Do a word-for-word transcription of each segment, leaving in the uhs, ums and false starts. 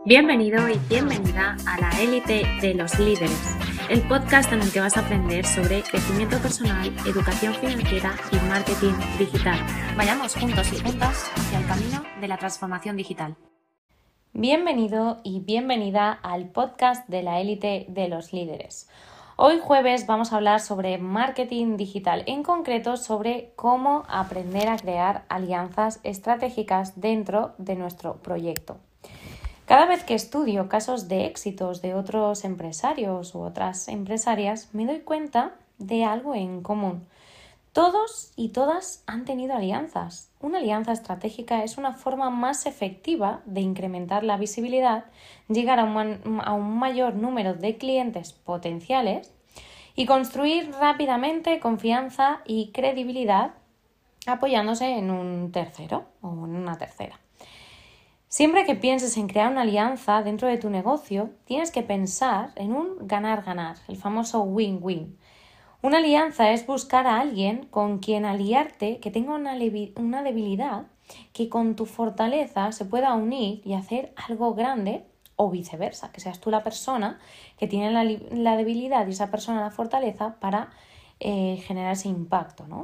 Bienvenido y bienvenida a la élite de los líderes, el podcast en el que vas a aprender sobre crecimiento personal, educación financiera y marketing digital. Vayamos juntos y juntas hacia el camino de la transformación digital. Bienvenido y bienvenida al podcast de la élite de los líderes. Hoy jueves vamos a hablar sobre marketing digital, en concreto sobre cómo aprender a crear alianzas estratégicas dentro de nuestro proyecto. Cada vez que estudio casos de éxitos de otros empresarios u otras empresarias, me doy cuenta de algo en común. Todos y todas han tenido alianzas. Una alianza estratégica es una forma más efectiva de incrementar la visibilidad, llegar a un, a un mayor número de clientes potenciales y construir rápidamente confianza y credibilidad apoyándose en un tercero o en una tercera. Siempre que pienses en crear una alianza dentro de tu negocio, tienes que pensar en un ganar-ganar, el famoso win-win. Una alianza es buscar a alguien con quien aliarte que tenga una, una debilidad que con tu fortaleza se pueda unir y hacer algo grande, o viceversa, que seas tú la persona que tiene la, la debilidad y esa persona la fortaleza para eh, generar ese impacto, ¿no?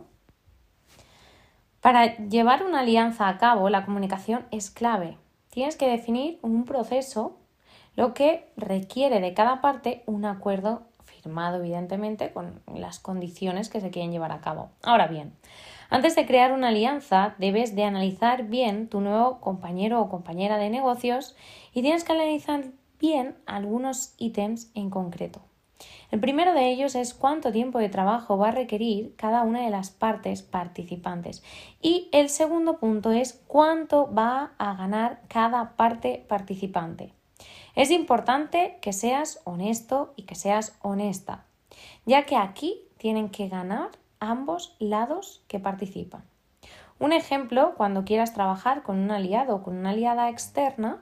Para llevar una alianza a cabo, la comunicación es clave. Tienes que definir un proceso, lo que requiere de cada parte un acuerdo firmado, evidentemente, con las condiciones que se quieren llevar a cabo. Ahora bien, antes de crear una alianza, debes de analizar bien tu nuevo compañero o compañera de negocios y tienes que analizar bien algunos ítems en concreto. El primero de ellos es cuánto tiempo de trabajo va a requerir cada una de las partes participantes. Y el segundo punto es cuánto va a ganar cada parte participante. Es importante que seas honesto y que seas honesta, ya que aquí tienen que ganar ambos lados que participan. Un ejemplo, cuando quieras trabajar con un aliado o con una aliada externa,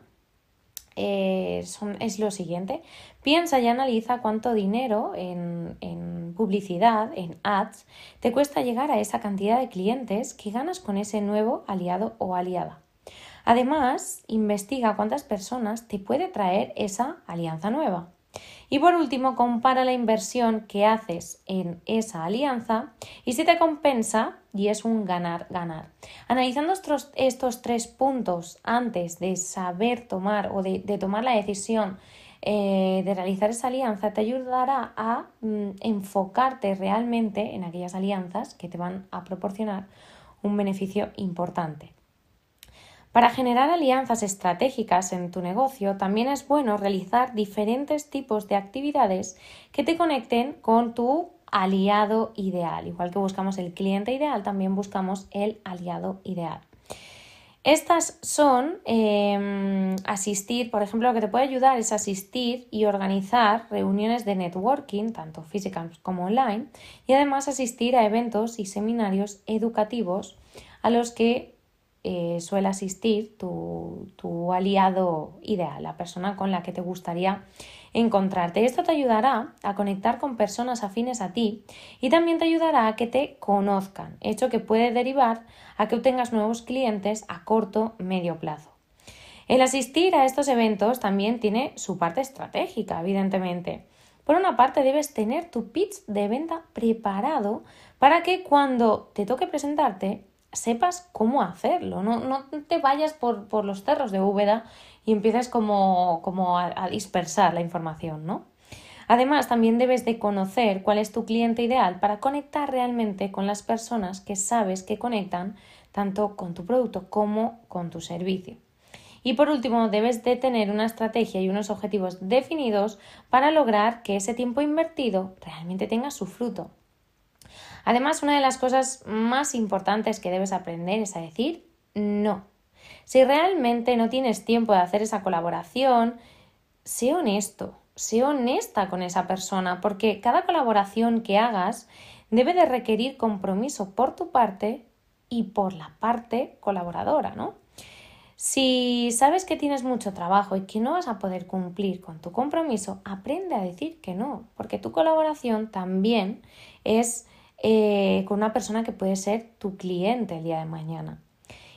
Eh, son, es lo siguiente. Piensa y analiza cuánto dinero en, en publicidad, en ads, te cuesta llegar a esa cantidad de clientes que ganas con ese nuevo aliado o aliada. Además, investiga cuántas personas te puede traer esa alianza nueva. Y por último, compara la inversión que haces en esa alianza y si te compensa y es un ganar-ganar. Analizando estos, estos tres puntos antes de saber tomar o de, de tomar la decisión eh, de realizar esa alianza, te ayudará a mm, enfocarte realmente en aquellas alianzas que te van a proporcionar un beneficio importante. Para generar alianzas estratégicas en tu negocio, también es bueno realizar diferentes tipos de actividades que te conecten con tu aliado ideal. Igual que buscamos el cliente ideal, también buscamos el aliado ideal. Estas son eh, asistir, por ejemplo, lo que te puede ayudar es asistir y organizar reuniones de networking, tanto físicas como online, y además asistir a eventos y seminarios educativos a los que Eh, suele asistir tu, tu aliado ideal, la persona con la que te gustaría encontrarte. Esto te ayudará a conectar con personas afines a ti y también te ayudará a que te conozcan, hecho que puede derivar a que obtengas nuevos clientes a corto medio plazo. El asistir a estos eventos también tiene su parte estratégica, evidentemente. Por una parte, debes tener tu pitch de venta preparado para que cuando te toque presentarte sepas cómo hacerlo, no, no te vayas por, por los cerros de Úbeda y empieces como, como a, a dispersar la información, ¿no? Además, también debes de conocer cuál es tu cliente ideal para conectar realmente con las personas que sabes que conectan tanto con tu producto como con tu servicio. Y por último, debes de tener una estrategia y unos objetivos definidos para lograr que ese tiempo invertido realmente tenga su fruto. Además, una de las cosas más importantes que debes aprender es a decir no. Si realmente no tienes tiempo de hacer esa colaboración, sé honesto, sé honesta con esa persona, porque cada colaboración que hagas debe de requerir compromiso por tu parte y por la parte colaboradora, ¿no? Si sabes que tienes mucho trabajo y que no vas a poder cumplir con tu compromiso, aprende a decir que no, porque tu colaboración también es Eh, con una persona que puede ser tu cliente el día de mañana.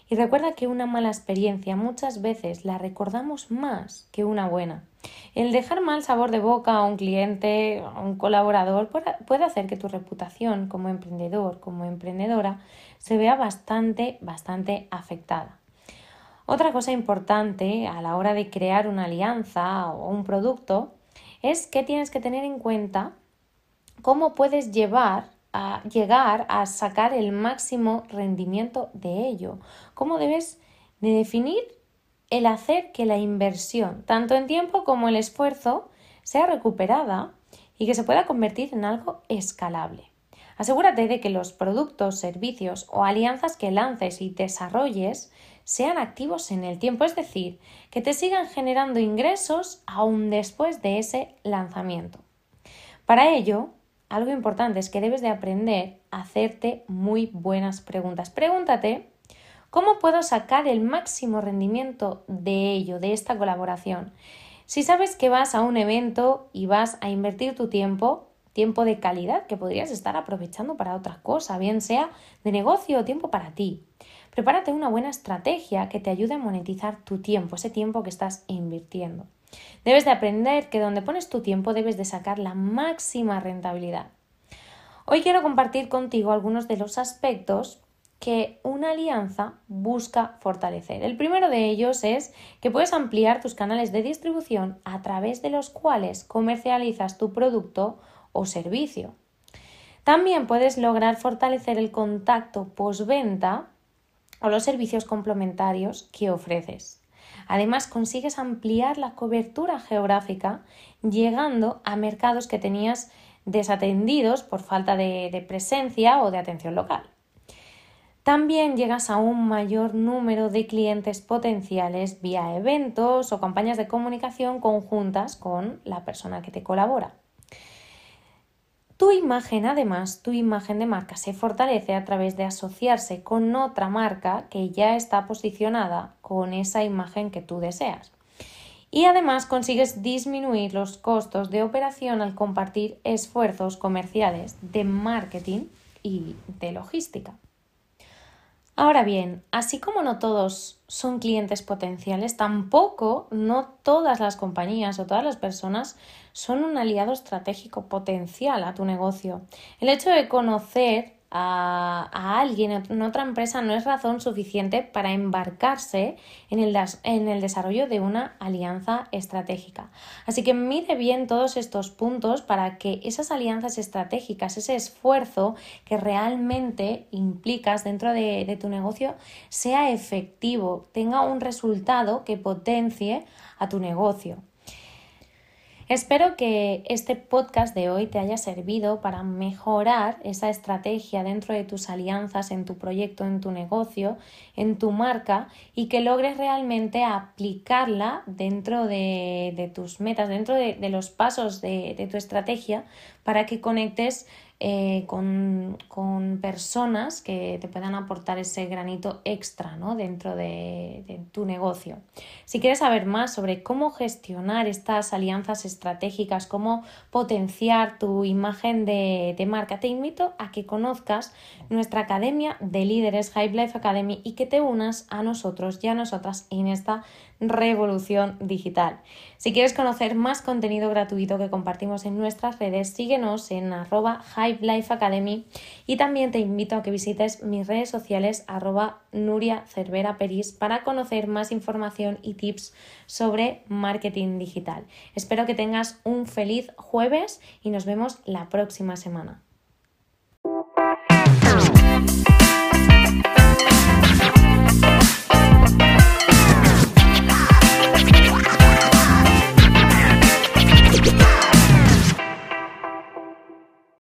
Y recuerda que una mala experiencia muchas veces la recordamos más que una buena. El dejar mal sabor de boca a un cliente, a un colaborador, puede hacer que tu reputación como emprendedor, como emprendedora, se vea bastante, bastante afectada. Otra cosa importante a la hora de crear una alianza o un producto es que tienes que tener en cuenta cómo puedes llevar a llegar a sacar el máximo rendimiento de ello. Cómo debes de definir el hacer que la inversión, tanto en tiempo como el esfuerzo, sea recuperada y que se pueda convertir en algo escalable. Asegúrate de que los productos, servicios o alianzas que lances y desarrolles sean activos en el tiempo, es decir, que te sigan generando ingresos aún después de ese lanzamiento. Para ello, algo importante es que debes de aprender a hacerte muy buenas preguntas. Pregúntate, ¿cómo puedo sacar el máximo rendimiento de ello, de esta colaboración? Si sabes que vas a un evento y vas a invertir tu tiempo, tiempo de calidad que podrías estar aprovechando para otra cosa, bien sea de negocio o tiempo para ti. Prepárate una buena estrategia que te ayude a monetizar tu tiempo, ese tiempo que estás invirtiendo. Debes de aprender que donde pones tu tiempo debes de sacar la máxima rentabilidad. Hoy quiero compartir contigo algunos de los aspectos que una alianza busca fortalecer. El primero de ellos es que puedes ampliar tus canales de distribución a través de los cuales comercializas tu producto o servicio. También puedes lograr fortalecer el contacto postventa o los servicios complementarios que ofreces. Además, consigues ampliar la cobertura geográfica llegando a mercados que tenías desatendidos por falta de, de presencia o de atención local. También llegas a un mayor número de clientes potenciales vía eventos o campañas de comunicación conjuntas con la persona que te colabora. Tu imagen, además, tu imagen de marca se fortalece a través de asociarse con otra marca que ya está posicionada con esa imagen que tú deseas. Y además consigues disminuir los costos de operación al compartir esfuerzos comerciales de marketing y de logística. Ahora bien, así como no todos son clientes potenciales, tampoco no todas las compañías o todas las personas son un aliado estratégico potencial a tu negocio. El hecho de conocer a, a alguien en otra empresa no es razón suficiente para embarcarse en el, en el desarrollo de una alianza estratégica. Así que mide bien todos estos puntos para que esas alianzas estratégicas, ese esfuerzo que realmente implicas dentro de, de tu negocio, sea efectivo, tenga un resultado que potencie a tu negocio. Espero que este podcast de hoy te haya servido para mejorar esa estrategia dentro de tus alianzas, en tu proyecto, en tu negocio, en tu marca y que logres realmente aplicarla dentro de, de tus metas, dentro de, de los pasos de, de tu estrategia para que conectes Eh, con, con personas que te puedan aportar ese granito extra, ¿no? dentro de, de tu negocio. Si quieres saber más sobre cómo gestionar estas alianzas estratégicas, cómo potenciar tu imagen de, de marca, te invito a que conozcas nuestra Academia de Líderes, Hive Life Academy, y que te unas a nosotros y a nosotras en esta revolución digital. Si quieres conocer más contenido gratuito que compartimos en nuestras redes, síguenos en arroba Hive Life Academy y también te invito a que visites mis redes sociales arroba Nuria Cervera Peris para conocer más información y tips sobre marketing digital. Espero que tengas un feliz jueves y nos vemos la próxima semana.